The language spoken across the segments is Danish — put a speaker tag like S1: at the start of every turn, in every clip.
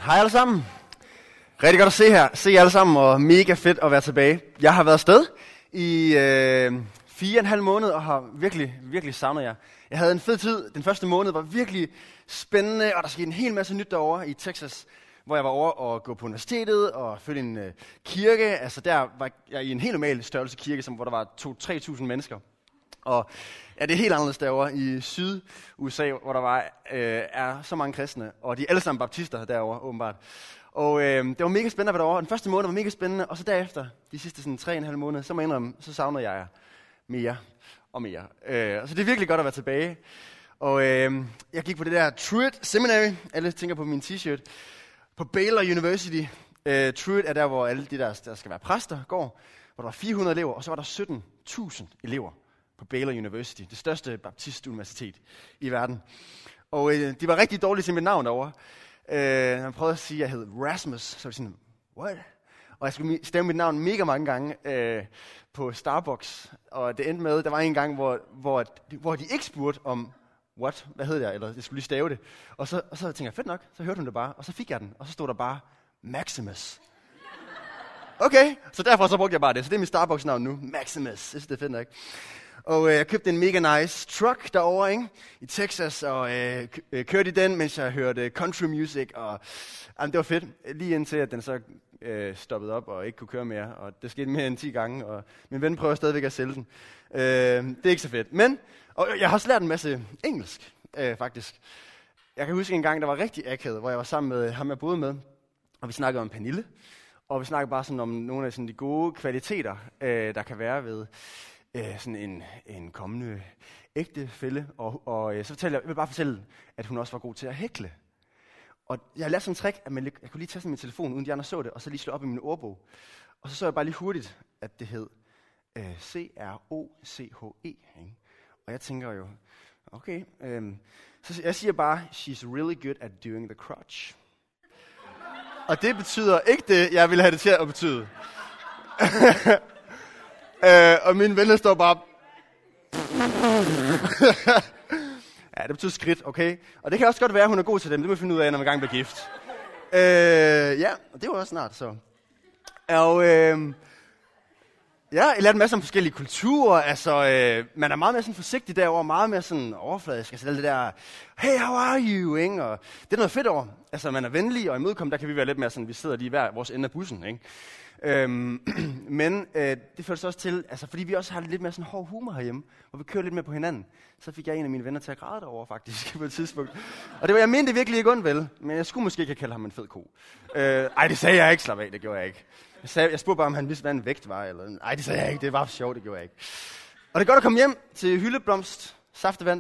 S1: Hej alle sammen. Rigtig godt at se jer alle sammen, og mega fedt at være tilbage. Jeg har været afsted i 4,5 måneder, og har virkelig savnet jer. Jeg havde en fed tid. Den første måned var virkelig spændende, og der skete en hel masse nyt derovre i Texas, hvor jeg var over og gå på universitetet og følge en kirke. Altså der var jeg i en helt normal størrelse kirke, hvor der var 2-3.000 mennesker. Og ja, det er helt anderledes derovre i Syd-USA, hvor der er så mange kristne, og de er alle sammen baptister derovre, åbenbart. Og det var mega spændende at være derovre. Den første måned var mega spændende, og så derefter, de sidste 3,5 måneder, så må jeg indrømme, så savner jeg jer mere og mere. Så det er virkelig godt at være tilbage. Og jeg gik på det der Truett Seminary, alle tænker på min t-shirt, på Baylor University. Truett er der, hvor alle de der skal være præster går, hvor der var 400 elever, og så var der 17.000 elever på Baylor University, det største baptistuniversitet i verden. Og de var rigtig dårlige til mit navn derovre. Jeg prøvede at sige, at jeg hed Rasmus, så var de sådan, what? Og jeg skulle stemme mit navn mega mange gange på Starbucks. Og det endte med, der var en gang, hvor de ikke spurgte om, hvad hed jeg, eller jeg skulle lige stave det. Og så tænkte jeg, fedt nok, så hørte hun det bare, og så fik jeg den, og så stod der bare Maximus. Okay, så derfor så brugte jeg bare det, så det er mit Starbucks-navn nu, Maximus. Jeg synes, det er fedt nok. Og jeg købte en mega nice truck derovre, ikke? I Texas, og kørte i den, mens jeg hørte country music, og det var fedt. Lige indtil, at den så stoppede op og ikke kunne køre mere, og det skete mere end 10 gange, og min ven prøver stadigvæk at sælge den. Det er ikke så fedt. Men, og jeg har også lært en masse engelsk, faktisk. Jeg kan huske en gang, der var rigtig akavet, hvor jeg var sammen med ham, jeg boede med, og vi snakkede om Pernille, og vi snakkede bare sådan om nogle af sådan de gode kvaliteter, der kan være ved sådan en kommende ægtefælle, og så jeg vil bare fortælle, at hun også var god til at hækle. Og jeg lærte sådan en trick, at jeg kunne lige tage sådan min telefon, uden de andre så det, og så lige slå op i min ordbog. Og så jeg bare lige hurtigt, at det hed C-R-O-C-H-E. Og jeg tænker jo, okay, så jeg siger bare, she's really good at doing the crotch. Og det betyder ikke det, jeg ville have det til at betyde. Og mine venner står bare... Ja, det betyder skridt, okay? Og det kan også godt være, at hun er god til dem. Det må vi finde ud af, når vi engang bliver gift. Ja, og det var også snart, så. Og jeg lærte en masse om forskellige kulturer. Altså, man er meget mere sådan forsigtig derovre, meget mere sådan overfladisk. Altså, det der, hey, how are you? Ikke? Og det er noget fedt over. Altså, man er venlig og imødekommende. Der kan vi være lidt mere sådan, vi sidder lige hver vores ende af bussen, ikke? Men det førte så også til, altså fordi vi også har lidt mere sådan hård humor herhjemme, hvor vi kører lidt mere på hinanden, så fik jeg en af mine venner til at græde derovre faktisk på et tidspunkt. Og det var, jeg mente virkelig ikke ondt vel, men jeg skulle måske ikke have kaldt ham en fed ko. Ej, det sagde jeg ikke, slap af, det gjorde jeg ikke. Jeg spurgte bare, om han vidste, hvad en vægt var, eller nej, det sagde jeg ikke, det var sjovt, det gjorde jeg ikke. Og det er godt at komme hjem til hyldeblomst, saftevand.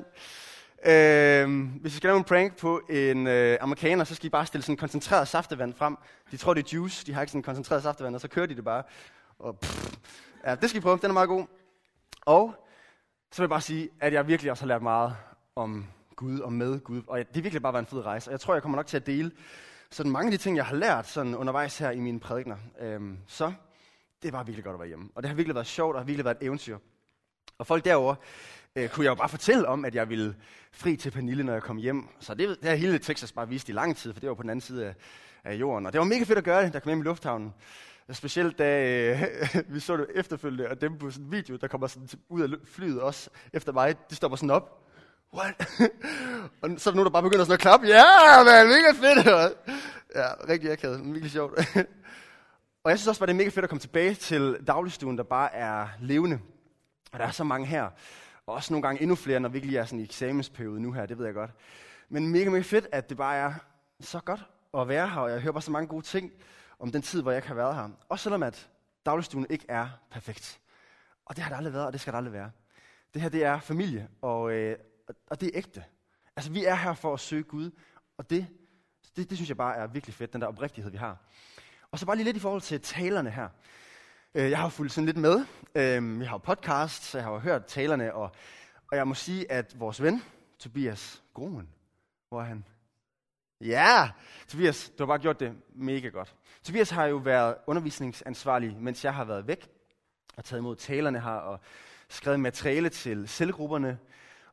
S1: Hvis I skal lave en prank på en amerikaner, så skal I bare stille sådan en koncentreret saftevand frem. De tror, det er juice, de har ikke sådan en koncentreret saftevand, og så kører de det bare. Og ja, det skal I prøve, den er meget god. Og så vil jeg bare sige, at jeg virkelig også har lært meget om Gud og med Gud. Og det virkelig bare været en fed rejse. Og jeg tror, jeg kommer nok til at dele sådan mange af de ting, jeg har lært sådan undervejs her i mine prædikener. Så det var virkelig godt at være hjemme. Og det har virkelig været sjovt, og har virkelig været et eventyr. Og folk derovre kunne jeg jo bare fortælle om, at jeg ville fri til Pernille, når jeg kom hjem. Så det har hele Texas bare vist i lang tid, for det var på den anden side af jorden. Og det var mega fedt at gøre det, der kom hjem i lufthavnen. Specielt da vi så det efterfølgende, og dem på sådan en video, der kommer sådan ud af flyet også efter mig, de stopper sådan op. What? Og så er der nogen, der bare begynder sådan at klappe. Ja, man, mega fedt! Ja, rigtig akavet, virkelig sjovt. Og jeg synes også, at det er mega fedt at komme tilbage til dagligstuen, der bare er levende. Og der er så mange her. Og også nogle gange endnu flere, når vi ikke lige er sådan i eksamensperiode nu her, det ved jeg godt. Men mega fedt, at det bare er så godt at være her, og jeg hører bare så mange gode ting om den tid, hvor jeg ikke har været her. Også selvom at dagligstuen ikke er perfekt. Og det har det aldrig været, og det skal det aldrig være. Det her, det er familie, og det er ægte. Altså, vi er her for at søge Gud, og det synes jeg bare er virkelig fedt, den der oprigtighed, vi har. Og så bare lige lidt i forhold til talerne her. Jeg har jo fulgt sådan lidt med. Jeg har jo podcast, så jeg har jo hørt talerne, og jeg må sige, at vores ven, Tobias Groen, hvor er han? Ja, Tobias, du har bare gjort det mega godt. Tobias har jo været undervisningsansvarlig, mens jeg har været væk, og taget imod talerne her, og skrevet materiale til cellegrupperne,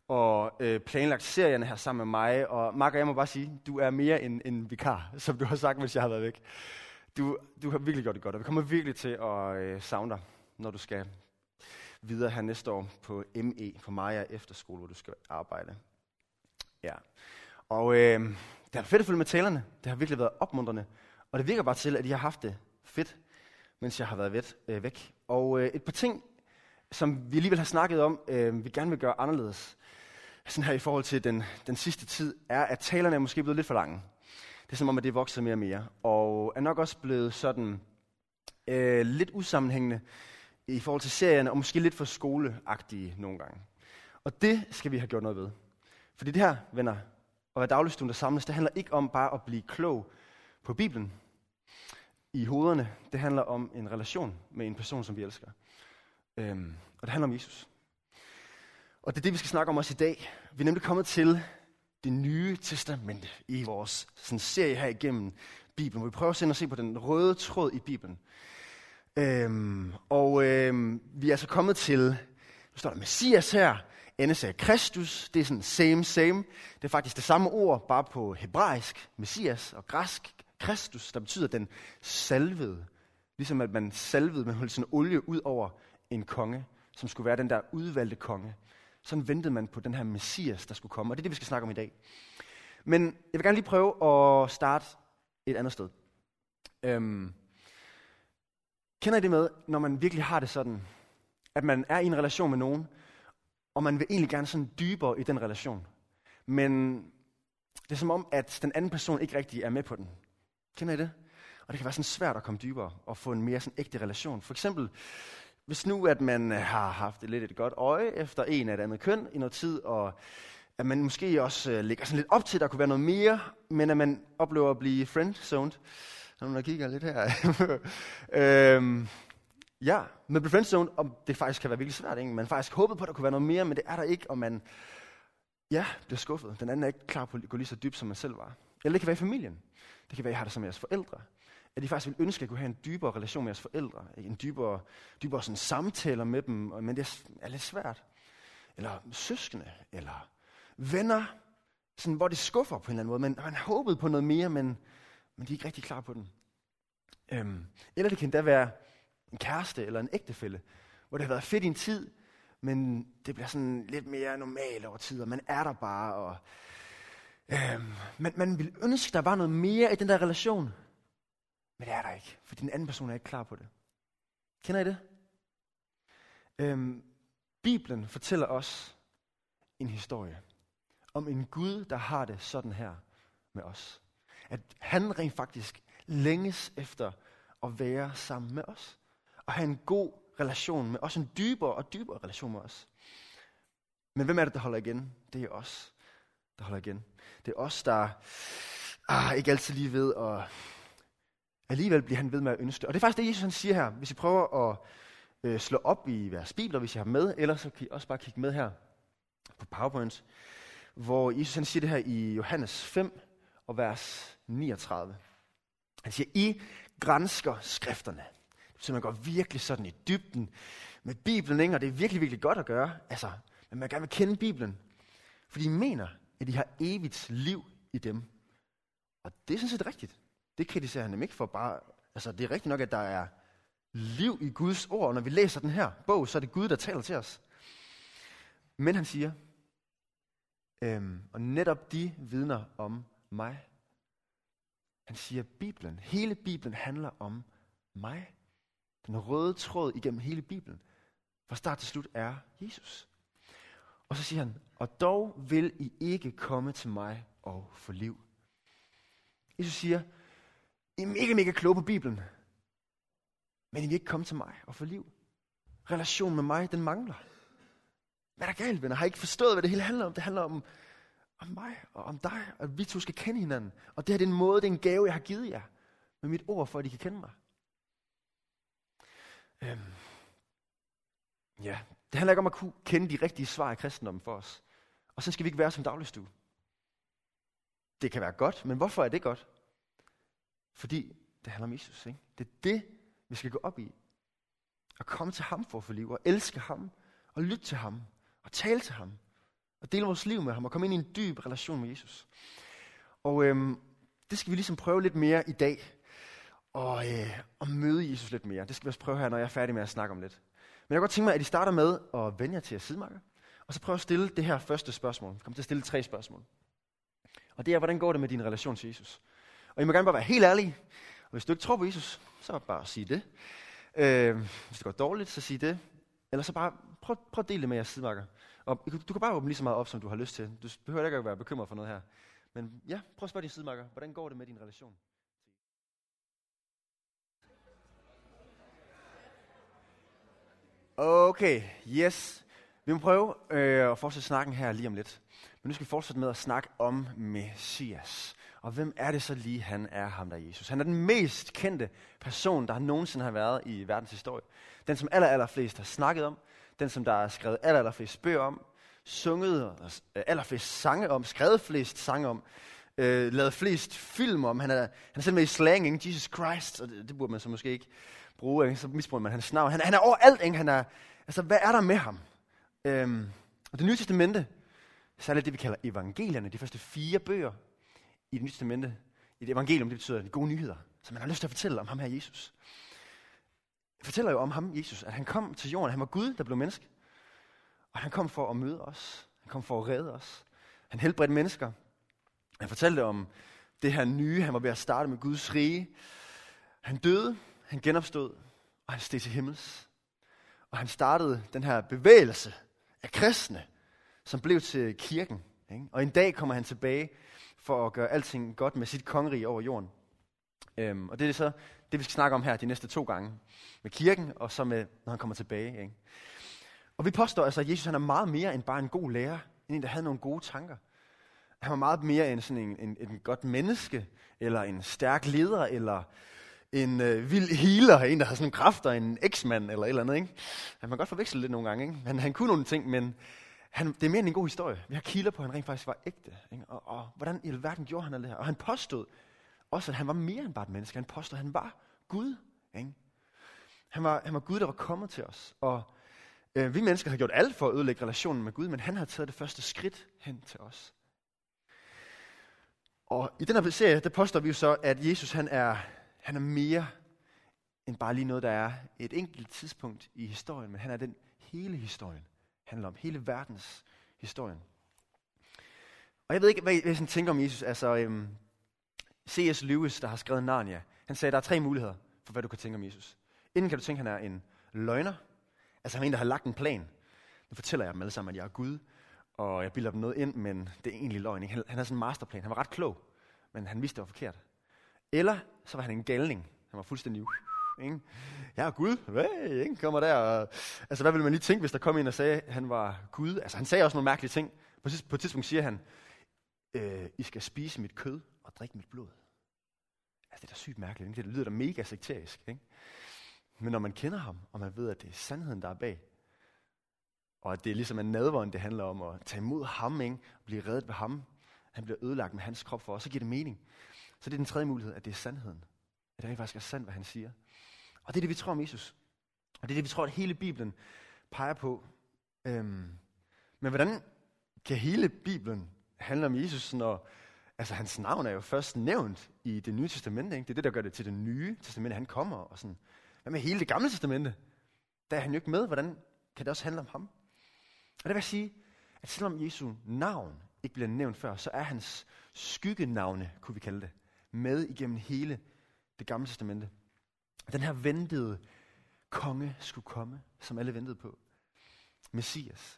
S1: og planlagt serierne her sammen med mig. Og Mark og jeg må bare sige, du er mere en vikar, som du har sagt, mens jeg har været væk. Du har virkelig gjort det godt, og vi kommer virkelig til at savne dig, når du skal videre her næste år på ME, på Maja Efterskole, hvor du skal arbejde. Ja. Og det har fedt at følge med talerne. Det har virkelig været opmuntrende. Og det virker bare til, at I har haft det fedt, mens jeg har været væk. Og et par ting, som vi alligevel har snakket om, vi gerne vil gøre anderledes, sådan her i forhold til den sidste tid, er, at talerne er måske blevet lidt for lange. Det er som om, at det er vokset mere og mere. Og er nok også blevet sådan lidt usammenhængende i forhold til serierne, og måske lidt for skoleagtige nogle gange. Og det skal vi have gjort noget ved. Fordi det her, venner, og hvad dagligstuen der samles, det handler ikke om bare at blive klog på Bibelen i hovederne. Det handler om en relation med en person, som vi elsker. Og det handler om Jesus. Og det er det, vi skal snakke om også i dag. Vi er nemlig kommet til det nye testamente i vores sådan, serie her igennem Bibelen, hvor vi prøver at se på den røde tråd i Bibelen. Vi er altså kommet til, nu står der Messias her, NSA Kristus, det er sådan same. Det er faktisk det samme ord, bare på hebraisk, Messias, og græsk, Kristus, der betyder den salvede. Ligesom at man salvede, man holdt sådan olie ud over en konge, som skulle være den der udvalgte konge. Sådan ventede man på den her Messias, der skulle komme, og det er det, vi skal snakke om i dag. Men jeg vil gerne lige prøve at starte et andet sted. Kender I det med, når man virkelig har det sådan, at man er i en relation med nogen, og man vil egentlig gerne sådan dybere i den relation, men det er som om, at den anden person ikke rigtig er med på den. Kender I det? Og det kan være sådan svært at komme dybere og få en mere sådan ægte relation. For eksempel, hvis nu at man har haft et godt øje efter en af et andet køn i noget tid, og at man måske også lægger sådan lidt op til, at der kunne være noget mere, men at man oplever at blive friendzoned. Når man kigger lidt her. Man bliver friendzoned, og det faktisk kan være virkelig svært. Ikke? Man faktisk håbede på, at der kunne være noget mere, men det er der ikke, og man bliver skuffet. Den anden er ikke klar på at gå lige så dybt, som man selv var. Eller det kan være i familien. Det kan være, at I har det som jeres forældre. At I faktisk vil ønske at kunne have en dybere relation med jeres forældre. En dybere sådan samtaler med dem, men det er lidt svært. Eller søskende, eller venner, sådan, hvor det skuffer på en eller anden måde. Man håbede på noget mere, men de er ikke rigtig klar på den. Eller det kan da være en kæreste eller en ægtefælle, hvor det har været fedt i en tid, men det bliver sådan lidt mere normalt over tid, og man er der bare, og man vil ønske, der var noget mere i den der relation, men det er der ikke, for den anden person er ikke klar på det. Kender I det? Bibelen fortæller os en historie om en Gud, der har det sådan her med os. At han rent faktisk længes efter at være sammen med os. Og have en god relation med os. En dybere og dybere relation med os. Men hvem er det, der holder igen? Det er os, der holder igen. Det er os, der ikke altid lige ved, og alligevel bliver han ved med at ønske det. Og det er faktisk det, Jesus han siger her. Hvis I prøver at slå op i jeres bibler, hvis I har med, eller så kan I også bare kigge med her på PowerPoint, hvor Jesus han siger det her i Johannes 5, og vers 39. Han siger, I gransker skrifterne. Det betyder, man går virkelig sådan i dybden med Bibelen, ikke? Og det er virkelig, virkelig godt at gøre. Altså, men man gerne vil kende Bibelen. Fordi I mener, at de har evigt liv i dem. Og det er sådan set rigtigt. Det kritiserer han dem ikke for bare. Altså, det er rigtigt nok, at der er liv i Guds ord. Og når vi læser den her bog, så er det Gud, der taler til os. Men han siger, og netop de vidner om mig. Han siger, Bibelen, hele Bibelen handler om mig. Den røde tråd igennem hele Bibelen, fra start til slut, er Jesus. Og så siger han, og dog vil I ikke komme til mig og få liv. Jesus siger, I er mega, mega kloge på Bibelen, men I vil ikke komme til mig og få liv. Relationen med mig, den mangler. Hvad er der galt, venner? Har I ikke forstået, hvad det hele handler om? Det handler om mig og om dig, og vi to skal kende hinanden. Og det her det er en måde, det er en gave, jeg har givet jer, med mit ord, for at I kan kende mig. Det handler ikke om at kunne kende de rigtige svar i kristendommen for os. Og så skal vi ikke være som dagligstue. Det kan være godt, men hvorfor er det godt? Fordi det handler om Jesus, ikke? Det er det, vi skal gå op i. At komme til ham for at få liv, og elske ham, og lytte til ham, og tale til ham. og dele vores liv med ham, og komme ind i en dyb relation med Jesus. Og det skal vi ligesom prøve lidt mere i dag, og møde Jesus lidt mere. Det skal vi også prøve her, når jeg er færdig med at snakke om lidt. Men jeg kan godt tænke mig, at I starter med at vende jer til jeres sidemarker, og så prøve at stille det her første spørgsmål. Vi kommer til at stille 3 spørgsmål. Og det er, hvordan går det med din relation til Jesus? Og I må gerne bare være helt ærlige. Og hvis du ikke tror på Jesus, så bare sige det. Hvis det går dårligt, så sig det. Eller så bare prøv at dele det med jeres sidemarker. Og du kan bare åbne lige så meget op, som du har lyst til. Du behøver ikke at være bekymret for noget her. Men ja, prøv at spørge dine sidemarker. Hvordan går det med din relation? Okay, yes. Vi må prøve at fortsætte snakken her lige om lidt. Men nu skal vi fortsætte med at snakke om Messias. Og hvem er det så lige, han er, ham der er Jesus? Han er den mest kendte person, der nogensinde har været i verdens historie. Den, som allerflest har snakket om. Den, som der er skrevet allerflest bøger om. Sunget allerflest sange om. Skrevet flest sange om. Lavet flest film om. Han er selv med i slang, ikke? Jesus Christ. Og det burde man så måske ikke bruge, ikke? Så misbruger man hans navn. Han er overalt, ikke? Altså, hvad er der med ham? Og det nye testamente, særligt det, vi kalder evangelierne, de første 4 bøger i det nye testamente. Et evangelium, det betyder de gode nyheder, så man har lyst til at fortælle om ham her, Jesus. Jeg fortæller jo om ham, Jesus, at han kom til jorden. Han var Gud, der blev menneske. Og han kom for at møde os. Han kom for at redde os. Han helbredte mennesker. Han fortalte om det her nye. Han var ved at starte med Guds rige. Han døde, han genopstod, og han steg til himmels. Og han startede den her bevægelse af kristne, som blev til kirken. Ikke? Og en dag kommer han tilbage for at gøre alting godt med sit kongerige over jorden. Og det er så det, vi skal snakke om her de næste 2 gange. Med kirken, og så med, når han kommer tilbage. Ikke? Og vi påstår altså, at Jesus han er meget mere end bare en god lærer, end en, der havde nogle gode tanker. Han var meget mere end sådan en godt menneske, eller en stærk leder, eller en vild healer, en, der har sådan nogle kræfter, en eksmand eller et eller andet. Ikke? Han kan godt forveksle lidt nogle gange. Ikke? Han kunne nogle ting, men det er mere end en god historie. Vi har kilder på, at han rent faktisk var ægte. Ikke? Og hvordan i alverden gjorde han alt det her? Og han påstod også, at han var mere end bare et menneske. Han påstod, at han var Gud. Ikke? Han var Gud, der var kommet til os. Og vi mennesker har gjort alt for at ødelægge relationen med Gud, men han har taget det første skridt hen til os. Og i den her serie, der påstår vi jo så, at Jesus han er mere end bare lige noget, der er et enkelt tidspunkt i historien, men han er den hele historien. Handler om hele verdens historien. Og jeg ved ikke, hvad jeg sådan tænker om Jesus. Altså, C.S. Lewis, der har skrevet Narnia, han sagde, at der er 3 muligheder for, hvad du kan tænke om Jesus. Inden kan du tænke, at han er en løgner. Altså han er en, der har lagt en plan. Nu fortæller jeg dem alle sammen, at jeg er Gud, og jeg bilder dem noget ind, men det er egentlig løgn. Ikke? Han har sådan en masterplan. Han var ret klog, men han vidste, det var forkert. Eller så var han en galning. Han var fuldstændig... Ikke? Jeg er Gud. Ingen kommer der. Og, altså, hvad ville man lige tænke, hvis der kom en og sagde, at han var Gud? Altså, han sagde også nogle mærkelige ting. På et tidspunkt siger han, I skal spise mit kød og drikke mit blod. Altså, det er da sygt mærkeligt. Ikke? Det lyder da mega sekterisk. Ikke? Men når man kender ham, og man ved, at det er sandheden, der er bag, og at det er ligesom en nadveren, det handler om at tage imod ham, ikke? Og blive reddet ved ham. Han bliver ødelagt med hans krop for os, så giver det mening. Så det er den 3. mulighed, at det er sandheden. At det faktisk er sandt, hvad han siger. Og det er det, vi tror om Jesus. Og det er det, vi tror, at hele Bibelen peger på. Men hvordan kan hele Bibelen handle om Jesus, når altså, hans navn er jo først nævnt i det nye testamente. Ikke? Det er det, der gør det til det nye testamente. Han kommer og sådan. Hvad med hele det gamle testamente? Der er han jo ikke med. Hvordan kan det også handle om ham? Og det vil sige, at selvom Jesu navn ikke bliver nævnt før, så er hans skyggenavne, kunne vi kalde det, med igennem hele det gamle testamente. Den her ventede konge skulle komme, som alle ventede på. Messias.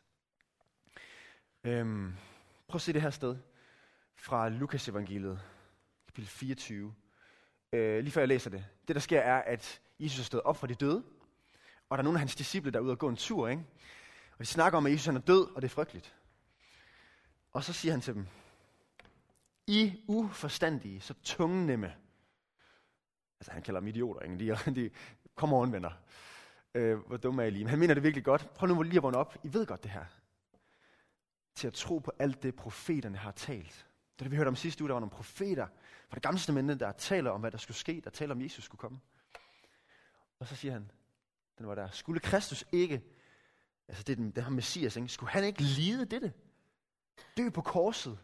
S1: Prøv at se det her sted fra Lukas evangeliet, kapitel 24. Lige før jeg læser det. Det der sker er, at Jesus er stået op fra de døde, og der er nogle af hans disciple, der er ude og gå en tur. Ikke? Og de snakker om, at Jesus han er død, og det er frygteligt. Og så siger han til dem, I uforstandige, så tungnemme. Altså han kalder dem idioter, ikke? De kommer og venner. Hvor dumme er I lige? Men han mener det virkelig godt. Prøv nu lige at vågne op. I ved godt det her. Til at tro på alt det, profeterne har talt. Det det, vi hørte om sidste uge, der var nogle profeter fra det gamle testamente, der taler om, hvad der skulle ske, der taler om, Jesus skulle komme. Og så siger han, den var der, skulle Kristus ikke, altså det er ham Messias, ikke? Skulle han ikke lide dette? Dø på korset.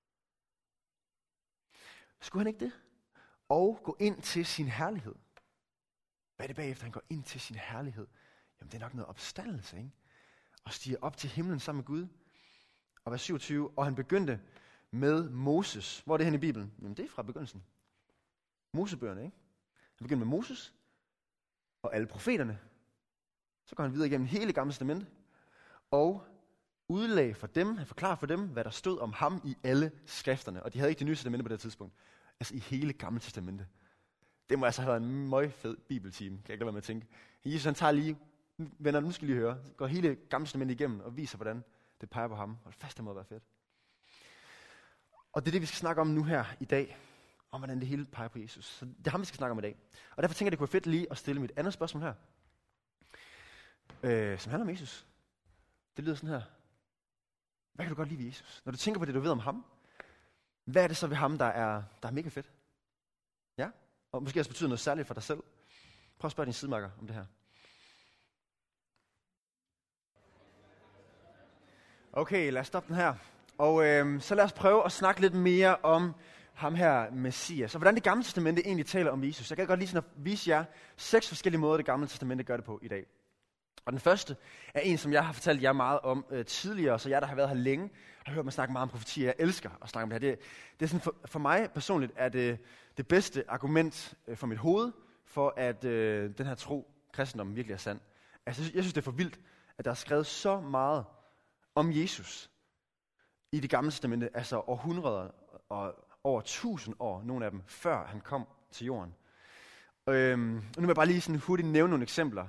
S1: Skulle han ikke det? Og gå ind til sin herlighed. Hvad er det bagefter, han går ind til sin herlighed? Jamen, det er nok noget opstandelse, ikke? Og stiger op til himlen sammen med Gud. Og vers 27, og han begyndte med Moses. Hvor er det hen i Bibelen? Jamen, det er fra begyndelsen. Mosebøgerne, ikke? Han begyndte med Moses og alle profeterne. Så går han videre igennem hele Gamle Testamente og udlagde for dem, han forklarer for dem, hvad der stod om ham i alle skrifterne. Og de havde ikke det nye testamente på det tidspunkt. Altså i hele Gamle Testamente. Det må altså have været en meget fed bibeltime, kan jeg ikke lade være med at tænke. Jesus han tager lige, venner, nu skal I lige høre, går hele Gamle Testamente igennem og viser, hvordan det peger på ham. Og det fast, det må være fedt. Og det er det, vi skal snakke om nu her i dag. Om hvordan det hele peger på Jesus. Så det er ham, vi skal snakke om i dag. Og derfor tænker jeg, det kunne være fedt lige at stille mit andet spørgsmål her. Som handler om Jesus. Det lyder sådan her. Hvad kan du godt lide ved Jesus? Når du tænker på det, du ved om ham, hvad er det så ved ham, der er mega fedt? Ja? Og måske også betyder noget særligt for dig selv. Prøv at spørge din sidemarker om det her. Okay, lad os stoppe den her. Og så lad os prøve at snakke lidt mere om ham her, Messias. Og hvordan det Gamle Testamente egentlig taler om Jesus. Jeg kan godt lige sådan at vise jer 6 forskellige måder, det Gamle Testamente gør det på i dag. Og den første er en, som jeg har fortalt jer meget om tidligere, så jeg, der har været her længe, har hørt mig snakke meget om profetier. Jeg elsker at snakke om det her. Det er sådan for mig personligt er det bedste argument for mit hoved, for at den her tro, kristendommen, virkelig er sand. Altså, jeg synes, det er for vildt, at der er skrevet så meget om Jesus i det Gamle Testamente, altså århundreder og over 1000 år, nogle af dem, før han kom til jorden. Og nu vil jeg bare lige sådan hurtigt nævne nogle eksempler.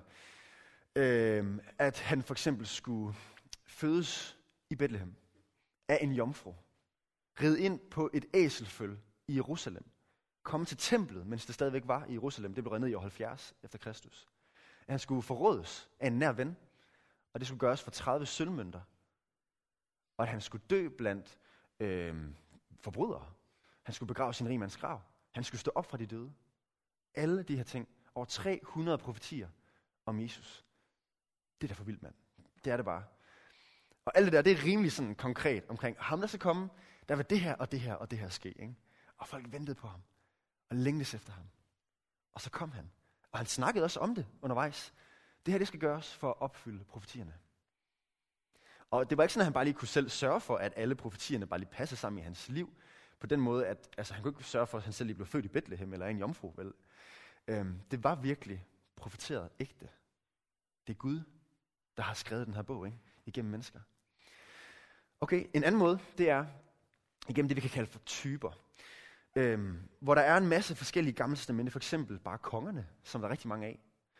S1: At han for eksempel skulle fødes i Bethlehem af en jomfru, ride ind på et æselføl i Jerusalem, komme til templet, mens det stadigvæk var i Jerusalem, det blev reddet i år 70 efter Kristus. At han skulle forrådes af en nær ven, og det skulle gøres for 30 sølvmønter, og at han skulle dø blandt forbrydere. Han skulle begrave sin rigmands grav. Han skulle stå op fra de døde. Alle de her ting, over 300 profetier om Jesus. Det er da for vildt, mand. Det er det bare. Og alt det der, det er rimelig sådan konkret omkring ham, der skal komme. Der vil det her og det her og det her ske. Ikke? Og folk ventede på ham. Og længtes efter ham. Og så kom han. Og han snakkede også om det undervejs. Det her, det skal gøres for at opfylde profetierne. Og det var ikke sådan, at han bare lige kunne selv sørge for, at alle profetierne bare lige passede sammen i hans liv. På den måde, at altså, han kunne ikke sørge for, at han selv lige blev født i Bethlehem eller en jomfru. Vel? Det var virkelig profeteret ægte. Det er Gud, der har skrevet den her bog, ikke? Igennem mennesker. Okay, en anden måde, det er igennem det, vi kan kalde for typer. Hvor der er en masse forskellige gamle testamenter, for eksempel bare kongerne, som der er rigtig mange af,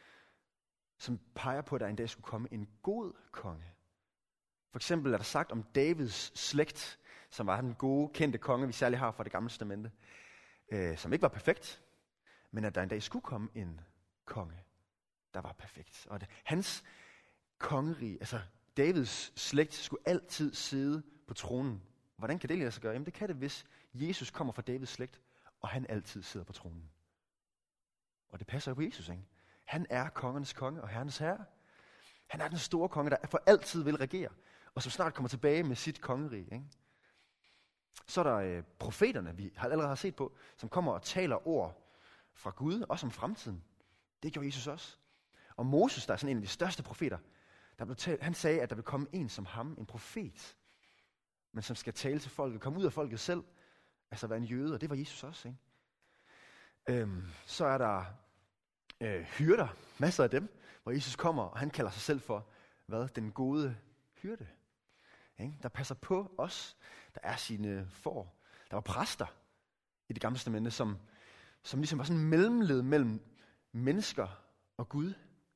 S1: som peger på, at der en dag skulle komme en god konge. For eksempel er der sagt om Davids slægt, som var den gode, kendte konge, vi særligt har fra det gamle testamente, som ikke var perfekt, men at der en dag skulle komme en konge, der var perfekt. Og hans kongerige, altså Davids slægt, skulle altid sidde på tronen. Hvordan kan det lade sig gøre? Jamen det kan det, hvis Jesus kommer fra Davids slægt, og han altid sidder på tronen. Og det passer jo på Jesus, ikke? Han er kongernes konge og herrenes herre. Han er den store konge, der for altid vil regere, og som snart kommer tilbage med sit kongerige. Ikke? Så er der profeterne, vi allerede har set på, som kommer og taler ord fra Gud, også om fremtiden. Det gjorde Jesus også. Og Moses, der er sådan en af de største profeter, han sagde, at der vil komme en som ham, en profet, men som skal tale til folket, komme ud af folket selv, altså være en jøde, og det var Jesus også. Ikke? Så er der hyrder, masser af dem, hvor Jesus kommer, og han kalder sig selv for, den gode hyrde. Ikke? Der passer på os, der er sine får. Der var præster i det gamle testamente, som ligesom var sådan en mellemled mellem mennesker og Gud.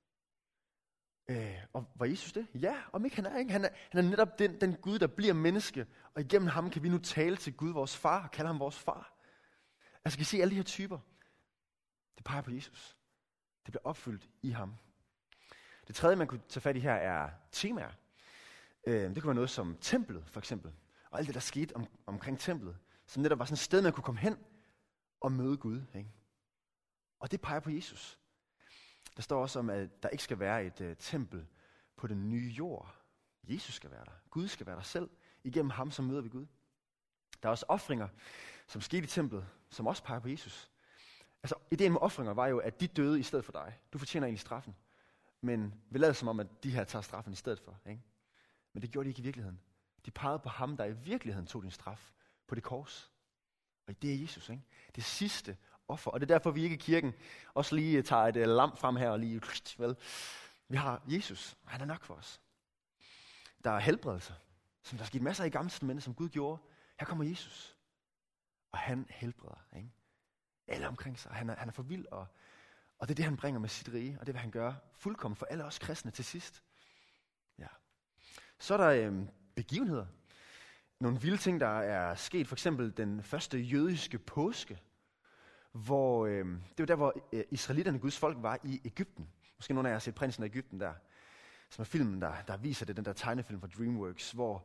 S1: Og var Jesus det? Ja, om ikke han er. Ikke? Han er netop den Gud, der bliver menneske, og igennem ham kan vi nu tale til Gud, vores far, og kalde ham vores far. Altså kan I se alle de her typer? Det peger på Jesus. Det bliver opfyldt i ham. Det tredje, man kunne tage fat i her, er temaer. Det kunne være noget som templet, for eksempel. Og alt det, der skete omkring templet, som netop var sådan et sted, man kunne komme hen og møde Gud. Ikke? Og det peger på Jesus. Der står også om, at der ikke skal være et tempel på den nye jord. Jesus skal være der. Gud skal være der selv Igennem ham, så møder vi Gud. Der er også ofringer, som skete i templet, som også peger på Jesus. Altså, ideen med ofringer var jo, at de døde i stedet for dig. Du fortjener egentlig straffen. Men vi lader som om, at de her tager straffen i stedet for. Ikke? Men det gjorde de ikke i virkeligheden. De pegede på ham, der i virkeligheden tog din straf på det kors. Og det er Jesus, ikke? Det sidste offer. Og det er derfor, vi ikke i kirken også lige tager et lam frem her og lige... Vel. Vi har Jesus, og han er nok for os. Der er helbredelser, som der er sket masser i Gamle Testamentet, som Gud gjorde. Her kommer Jesus, og han helbreder, ikke? Alle omkring sig. Han er for vild, og det er det, han bringer med sit rige, og det vil han gøre fuldkommen for alle os kristne til sidst. Ja. Så er der begivenheder. Nogle vilde ting, der er sket, for eksempel den første jødiske påske, hvor det var der, hvor israelitterne, Guds folk, var i Egypten. Måske nogle af jer har set Prinsen af Egypten der, som er filmen, der viser det, den der tegnefilm fra DreamWorks, hvor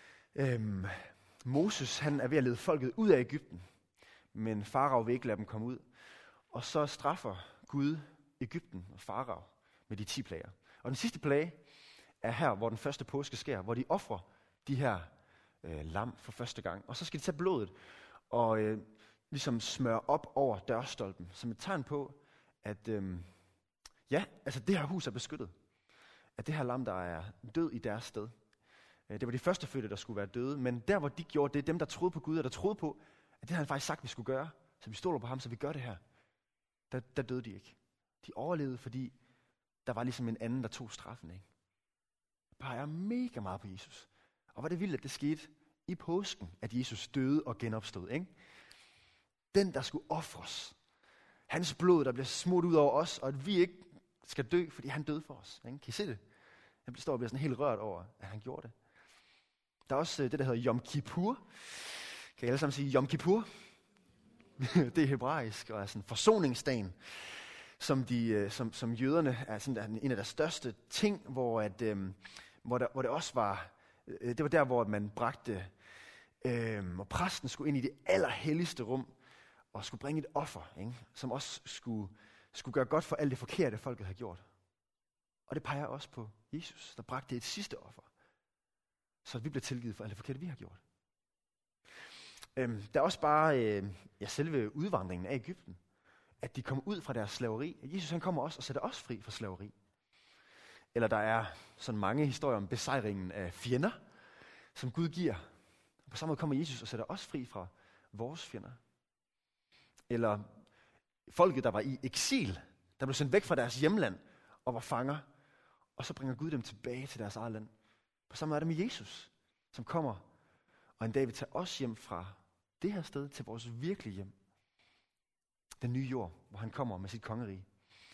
S1: Moses, han er ved at lede folket ud af Egypten, men farao vil ikke lade dem komme ud. Og så straffer Gud Egypten og farao med de 10 plager. Og den sidste plage er her, hvor den første påske sker, hvor de ofrer de her lam for første gang. Og så skal de tage blodet og ligesom smøre op over dørstolpen, som et tegn på, at altså det her hus er beskyttet. At det her lam, der er død i deres sted. Det var de første fødte, der skulle være døde, men der hvor de gjorde det, dem der troede på Gud, og der troede på, at det havde han faktisk sagt, vi skulle gøre, så vi stoler på ham, så vi gør det her, der døde de ikke. De overlevede, fordi der var ligesom en anden, der tog straffen, ikke? Det peger mega meget på Jesus. Og var det vildt, at det skete i påsken, at Jesus døde og genopstod, ikke? Den, der skulle ofres. Hans blod, der bliver smurt ud over os, og at vi ikke skal dø, fordi han døde for os. Ikke? Kan I se det? Jeg står og bliver sådan helt rørt over, at han gjorde det. Der er også det, der hedder Yom Kippur. Kan I alle sammen sige Yom Kippur? Det er hebraisk, og er sådan forsoningsdagen, som jøderne er sådan en af deres største ting, hvor det også var, det var der, hvor man bragte, og præsten skulle ind i det allerhelligste rum, og skulle bringe et offer, ikke? Som også skulle gøre godt for alt det forkerte, folket havde gjort. Og det peger også på Jesus, der bragte et sidste offer, så vi bliver tilgivet for alt det forkerte, vi har gjort. Der er også bare selve udvandringen af Egypten, at de kom ud fra deres slaveri. Jesus han kommer også og sætter os fri fra slaveri. Eller der er sådan mange historier om besejringen af fjender, som Gud giver. På samme måde kommer Jesus og sætter os fri fra vores fjender. Eller folket, der var i eksil, der blev sendt væk fra deres hjemland og var fanger, og så bringer Gud dem tilbage til deres eget land. På samme måde er det med Jesus, som kommer og en dag vil tage os hjem fra det her sted til vores virkelige hjem. Den nye jord, hvor han kommer med sit kongerige.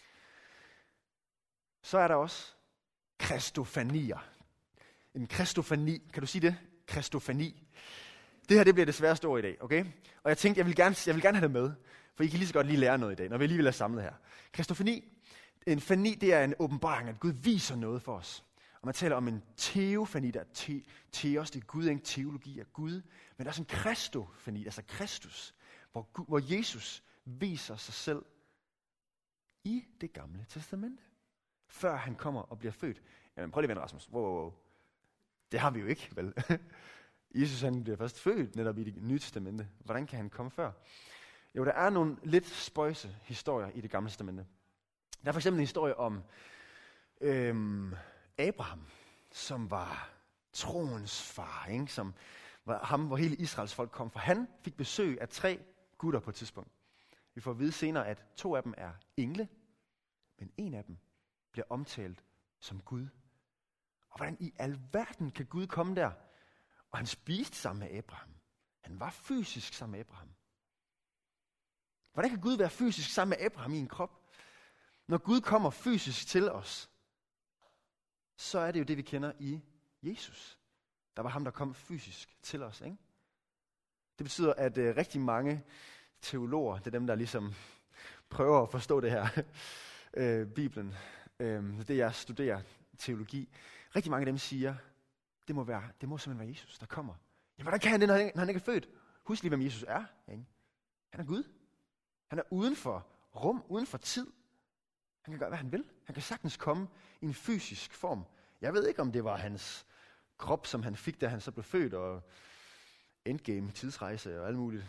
S1: Så er der også kristofanier. En kristofani, kan du sige det? Kristofani. Det her, det bliver det sværeste ord i dag, okay? Og jeg tænkte, jeg vil gerne have det med, for I kan lige så godt lige lære noget i dag, når vi alligevel er samlet her. Kristofani, en fani, det er en åbenbaring, at Gud viser noget for os. Og man taler om en teofani, der er teos, det er Gud, ikke? Teologi er Gud. Men der er også en kristofani, altså Kristus, hvor Jesus viser sig selv i det gamle testamente, før han kommer og bliver født. Jamen prøv lige at vende, Rasmus. Wow. Det har vi jo ikke, vel? Jesus han bliver først født netop i det nye testamente. Hvordan kan han komme før? Jo, der er nogle lidt spøjse historier i det gamle testamente. Der er for eksempel en historie om Abraham, som var troens far, ikke? Som var ham, hvor hele Israels folk kom fra. Han fik besøg af 3 gutter på et tidspunkt. Vi får at vide senere, at 2 af dem er engle, men en af dem bliver omtalt som Gud. Og hvordan i alverden kan Gud komme der? Og han spiste sammen med Abraham. Han var fysisk sammen med Abraham. Hvordan kan Gud være fysisk sammen med Abraham i en krop? Når Gud kommer fysisk til os, så er det jo det, vi kender i Jesus. Der var ham, der kom fysisk til os, ikke? Det betyder, at rigtig mange teologer, det er dem, der ligesom prøver at forstå det her, Bibelen, det jeg studerer, teologi, rigtig mange af dem siger, det må simpelthen være Jesus, der kommer. Ja, hvordan kan han det, når han ikke er født? Husk lige, hvem Jesus er, ikke? Han er Gud. Han er uden for rum, uden for tid. Han kan gøre, hvad han vil. Han kan sagtens komme i en fysisk form. Jeg ved ikke, om det var hans krop, som han fik, da han så blev født, og endgame, tidsrejse og alt muligt.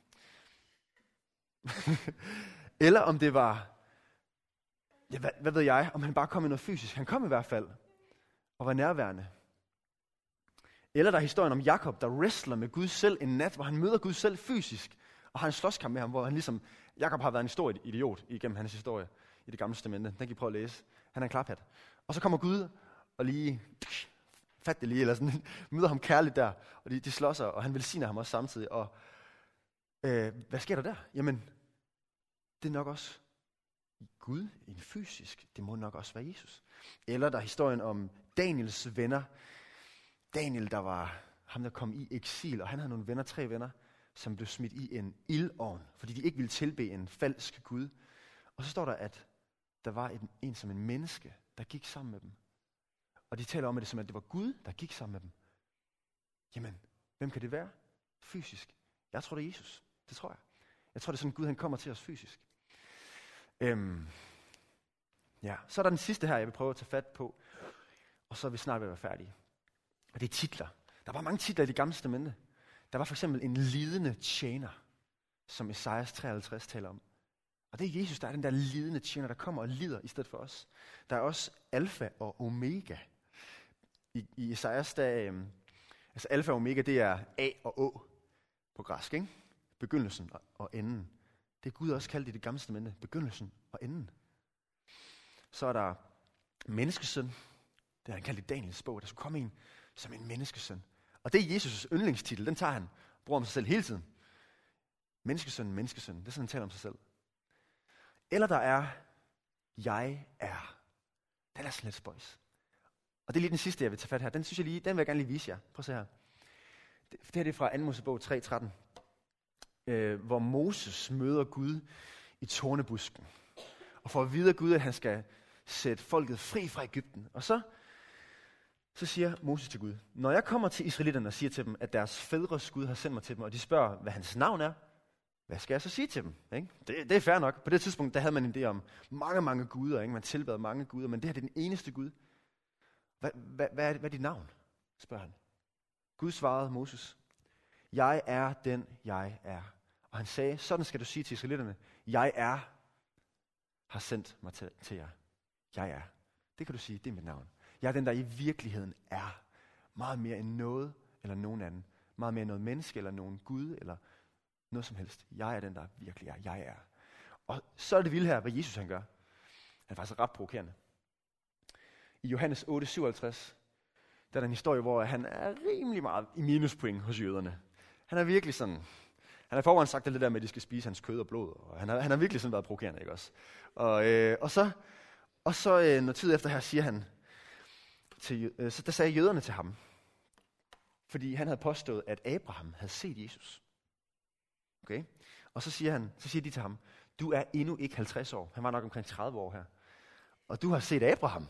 S1: Eller om det var, ja, hvad ved jeg, om han bare kom i noget fysisk. Han kom i hvert fald, og var nærværende. Eller der er historien om Jakob, der wrestler med Gud selv en nat, hvor han møder Gud selv fysisk, og har en slåskamp med ham, hvor han ligesom, Jakob har været en stor idiot igennem hans historie i Det Gamle Testamente. Den kan I prøve at læse. Han er en klaphat. Og så kommer Gud og lige, fat det lige, eller sådan, møder ham kærligt der, og de slås, og han velsigner ham også samtidig. Og hvad sker der der? Jamen, det er nok også Gud i en fysisk. Det må nok også være Jesus. Eller der er historien om Daniels venner. Daniel, der var ham, der kom i eksil, og han havde nogle venner, 3 venner, som blev smidt i en ildovn, fordi de ikke ville tilbede en falsk Gud. Og så står der, at der var en som en menneske, der gik sammen med dem. Og de taler om det som, at det var Gud, der gik sammen med dem. Jamen, hvem kan det være? Fysisk. Jeg tror, det er Jesus. Det tror jeg. Jeg tror, det er sådan, Gud han kommer til os fysisk. Ja. Så er der den sidste her, jeg vil prøve at tage fat på. Og så er vi snart ved at være færdige. Og det er titler. Der var mange titler i Det Gamle Testamente. Der var for eksempel en lidende tjener, som Esajas 53 taler om. Og det er Jesus, der er den der lidende tjener, der kommer og lider i stedet for os. Der er også alfa og omega. I Esajas, der, altså alfa og omega, det er A og Å på græsk, ikke? Begyndelsen og enden. Det er Gud også kaldt i Det Gamle Testamente, begyndelsen og enden. Så er der menneskesøn. Det er han kaldt i Daniels bog, der skulle komme en som en menneskesøn. Og det er Jesus' yndlingstitel, den tager han, bruger om sig selv hele tiden. Menneskesøn, menneskesøn, det er sådan, han taler om sig selv. Eller der er, jeg er. Den er sådan lidt spøjs. Og det er lige den sidste, jeg vil tage fat her. Den synes jeg lige, den vil jeg gerne lige vise jer. Prøv at se her. Det her er fra 2. Mosebog 3:13, hvor Moses møder Gud i tornebusken. Og får at vide af Gud, at han skal sætte folket fri fra Egypten. Og så siger Moses til Gud, når jeg kommer til israelitterne og siger til dem, at deres fædres Gud har sendt mig til dem, og de spørger, hvad hans navn er, hvad skal jeg så sige til dem? Ikke? Det er fair nok. På det tidspunkt, der havde man en idé om mange guder. Ikke? Man tilbad mange guder, men det her det er den eneste Gud. Hvad er dit navn? Spørger han. Gud svarede Moses, jeg er den, jeg er. Og han sagde, sådan skal du sige til israelitterne, jeg er, har sendt mig til jer. Jeg er. Det kan du sige, det er mit navn. Jeg er den, der i virkeligheden er. Meget mere end noget eller nogen anden. Meget mere end noget menneske eller nogen Gud eller noget som helst. Jeg er den, der virkelig er. Jeg er. Og så er det vildt her, hvad Jesus han gør. Han er faktisk ret provokerende. I Johannes 8:57, der er der en historie, hvor han er rimelig meget i minuspoint hos jøderne. Han er virkelig sådan, han har forvejen sagt det der med, at de skal spise hans kød og blod, og han har virkelig sådan været provokerende, ikke også? Og så noget tid efter her siger han, så der sagde jøderne til ham, fordi han havde påstået, at Abraham havde set Jesus. Okay? Og så siger de til ham, du er endnu ikke 50 år. Han var nok omkring 30 år her. Og du har set Abraham.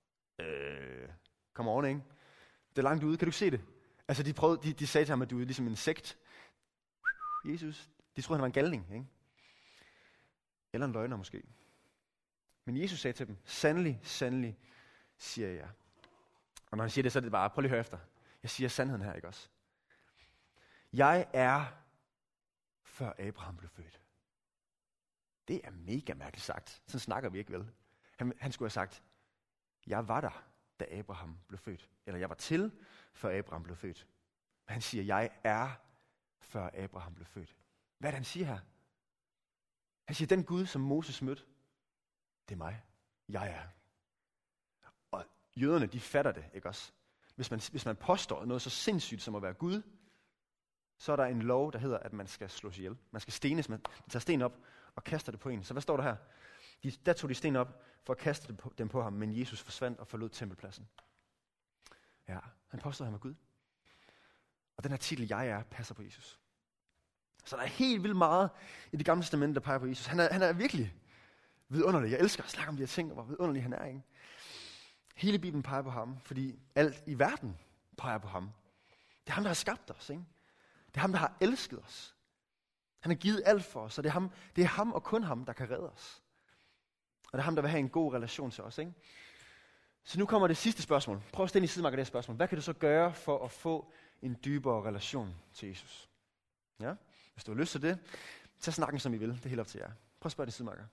S1: Kom on, ikke? Det er langt ude. Kan du ikke se det? Altså, de sagde til ham, at du er ligesom en sekt. Jesus. De troede, han var en galning, ikke? Eller en løgner måske. Men Jesus sagde til dem, sandelig, siger jeg. Og når han siger det, så er det bare, prøv lige at høre efter. Jeg siger sandheden her, ikke også? Jeg er, før Abraham blev født. Det er mega mærkeligt sagt. Sådan snakker vi ikke vel. Han skulle have sagt, jeg var der, da Abraham blev født. Eller jeg var til, før Abraham blev født. Men han siger, jeg er, før Abraham blev født. Hvad er det, han siger her? Han siger, den Gud, som Moses mødte, det er mig. Jeg er. Og jøderne, de fatter det, ikke også? Hvis man påstår noget så sindssygt som at være Gud, så er der en lov, der hedder, at man skal slås ihjel. Man skal stenes. Man tager sten op og kaster det på en. Så hvad står der her? Der tog de sten op for at kaste dem på ham, men Jesus forsvandt og forlod tempelpladsen. Ja, han påstod, at han var Gud. Og den her titel, jeg er, passer på Jesus. Så der er helt vildt meget i Det Gamle Testamente, der peger på Jesus. Han er virkelig vidunderlig. Jeg elsker at snakke om de her ting, og hvor vidunderlig han er. Ikke? Hele Bibelen peger på ham, fordi alt i verden peger på ham. Det er ham, der har skabt os. Ikke? Det er ham, der har elsket os. Han har givet alt for os, og det er ham og kun ham, der kan redde os. Og det er ham, der vil have en god relation til os. Ikke? Så nu kommer det sidste spørgsmål. Prøv at stille i sidemarker det her spørgsmål. Hvad kan du så gøre for at få en dybere relation til Jesus? Ja? Hvis du har lyst til det, tag snakken som I vil. Det er helt op til jer. Prøv at spørge de sidemarker.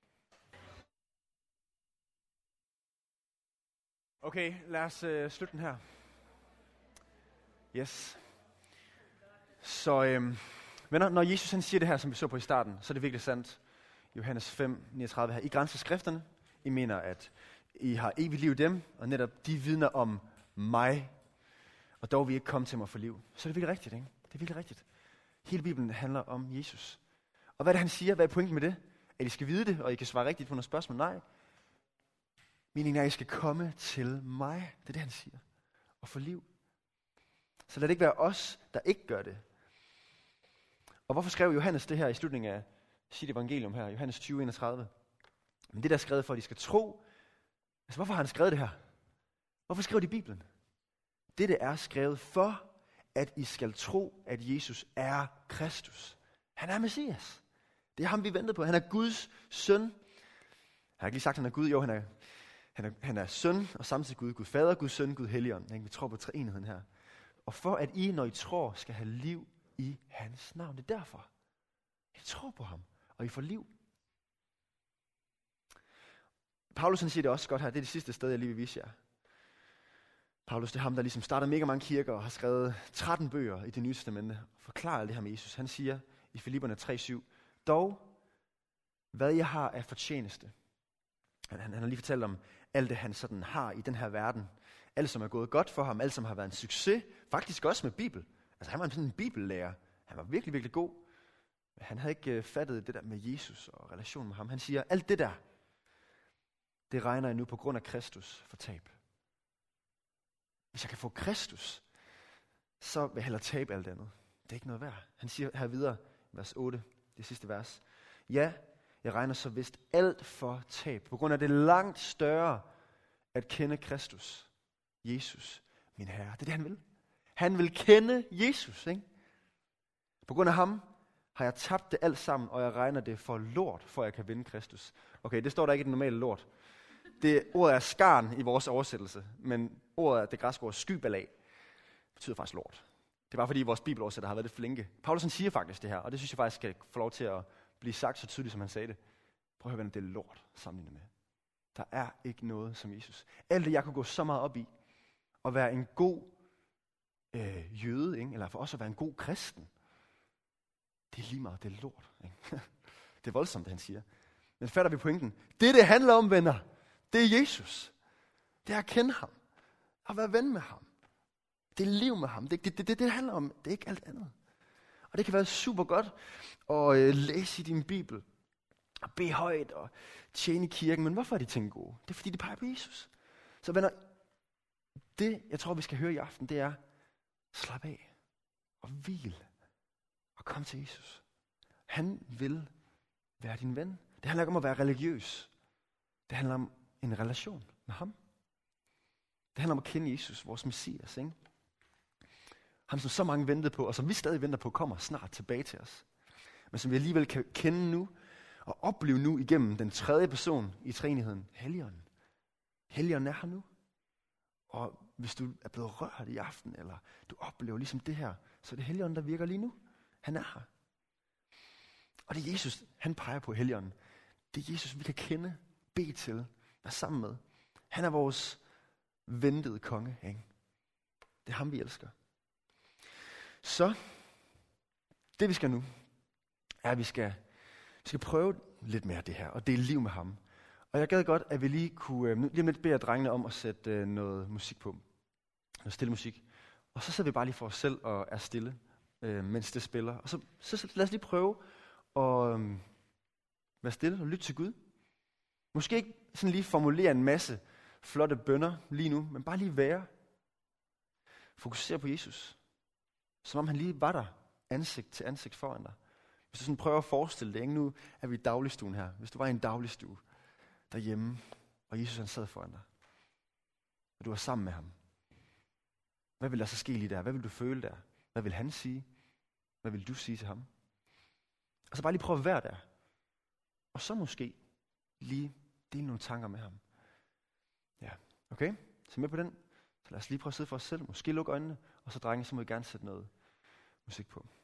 S1: Okay, lad os slutte den her. Yes. Så venner, når Jesus han siger det her, som vi så på i starten, så er det virkelig sandt. Johannes 5, 39 her. I grænser skrifterne. I mener, at I har evigt liv i dem, og netop de vidner om mig, og dog vil I ikke komme til mig for liv. Så er det virkelig rigtigt, ikke? Det er virkelig rigtigt. Hele Bibelen handler om Jesus. Og hvad er det, han siger? Hvad er pointen med det? At I skal vide det, og I kan svare rigtigt på nogle spørgsmål? Nej. Meningen er, at I skal komme til mig. Det er det, han siger. Og få liv. Så lad det ikke være os, der ikke gør det. Og hvorfor skrev Johannes det her i slutningen af sit evangelium her? Johannes 20, 31. Men det der er skrevet for, at de skal tro. Altså hvorfor har han skrevet det her? Hvorfor skrev de i Bibelen? Det er skrevet for, at I skal tro, at Jesus er Kristus. Han er Messias. Det er ham, vi ventede på. Han er Guds søn. Jeg har ikke lige sagt, at han er Gud. Jo, han er søn, og samtidig Gud. Gud fader, Gud søn, Gud helligånd. Vi tror på treenigheden her. Og for at I, når I tror, skal have liv i hans navn. Det er derfor. I tror på ham, og I får liv. Paulus han siger det også godt her. Det er det sidste sted, jeg lige vil vise jer. Paulus, det er ham, der ligesom starter mega mange kirker og har skrevet 13 bøger i Det Nye Testamente og forklarer alt det her med Jesus. Han siger i Filipperne 3:7, dog, hvad jeg har af fortjeneste. Han har lige fortalt om alt det, han sådan har i den her verden. Alt, som er gået godt for ham, alt, som har været en succes. Faktisk også med Bibel. Altså, han var sådan en bibellærer. Han var virkelig, virkelig god. Men han havde ikke fattet det der med Jesus og relationen med ham. Han siger, alt det der, det regner jeg nu på grund af Kristus for tab. Hvis jeg kan få Kristus, så vil jeg hellere tabe alt andet. Det er ikke noget værd. Han siger her videre, vers 8, det sidste vers. Ja, jeg regner så vist alt for tab, på grund af det langt større at kende Kristus, Jesus, min Herre. Det er det, han vil. Han vil kende Jesus, ikke? På grund af ham har jeg tabt det alt sammen, og jeg regner det for lort, for jeg kan vinde Kristus. Okay, det står der ikke i den normale lort. Ordet er skarn i vores oversættelse, men ordet, det græske ord skybalag, betyder faktisk lort. Det er bare fordi vores bibeloversætter har været lidt flinke. Paulus siger faktisk det her, og det synes jeg faktisk skal få lov til at blive sagt så tydeligt, som han sagde det. Prøv at høre, det er lort sammenlignet med. Der er ikke noget som Jesus. Alt det, jeg kunne gå så meget op i, at være en god jøde, ikke? Eller for os at være en god kristen, det er lige meget, det er lort. Ikke? Det er voldsomt, det han siger. Men fatter vi pointen? Det handler om, venner, det er Jesus. Det er at kende ham. At være ven med ham. Det er liv med ham. Det handler om, det er ikke alt andet. Og det kan være super godt at læse i din bibel. Og bede højt og tjene i kirken. Men hvorfor er de ting gode? Det er fordi, de peger på Jesus. Så venner, det jeg tror, vi skal høre i aften, det er slap af og hvil og kom til Jesus. Han vil være din ven. Det handler ikke om at være religiøs. Det handler om en relation med ham. Det handler om at kende Jesus, vores Messias, ikke? Ham, som så mange ventede på, og som vi stadig venter på, kommer snart tilbage til os. Men som vi alligevel kan kende nu, og opleve nu igennem den tredje person i treenigheden, Helligånden. Helligånden er her nu. Og hvis du er blevet rørt i aften, eller du oplever ligesom det her, så er det Helligånden, der virker lige nu. Han er her. Og det er Jesus, han peger på Helligånden. Det er Jesus, vi kan kende, bede til, være sammen med. Han er vores ventede konge, ikke? Det er ham, vi elsker. Så, det vi skal nu, er, at vi skal prøve lidt mere af det her, og dele liv med ham. Og jeg gad godt, at vi lige kunne lige om lidt bede drengene om at sætte noget musik på. Noget stille musik. Og så sidder vi bare lige for os selv og er stille, mens det spiller. Og så lad os lige prøve at være stille og lytte til Gud. Måske ikke sådan lige formulere en masse flotte bønner lige nu, men bare lige være. Fokusere på Jesus. Som om han lige var der, ansigt til ansigt foran dig. Hvis du sådan prøver at forestille det, ikke? Nu er vi i dagligstuen her. Hvis du var i en dagligstue derhjemme, og Jesus han sad foran dig, og du var sammen med ham. Hvad vil der så ske lige der? Hvad vil du føle der? Hvad vil han sige? Hvad vil du sige til ham? Og så bare lige prøve at være der. Og så måske lige dele nogle tanker med ham. Ja, Okay, så med på den. Så lad os lige prøve at sidde for os selv. Måske lukke øjnene, og så drenge, så må vi gerne sætte noget musik på.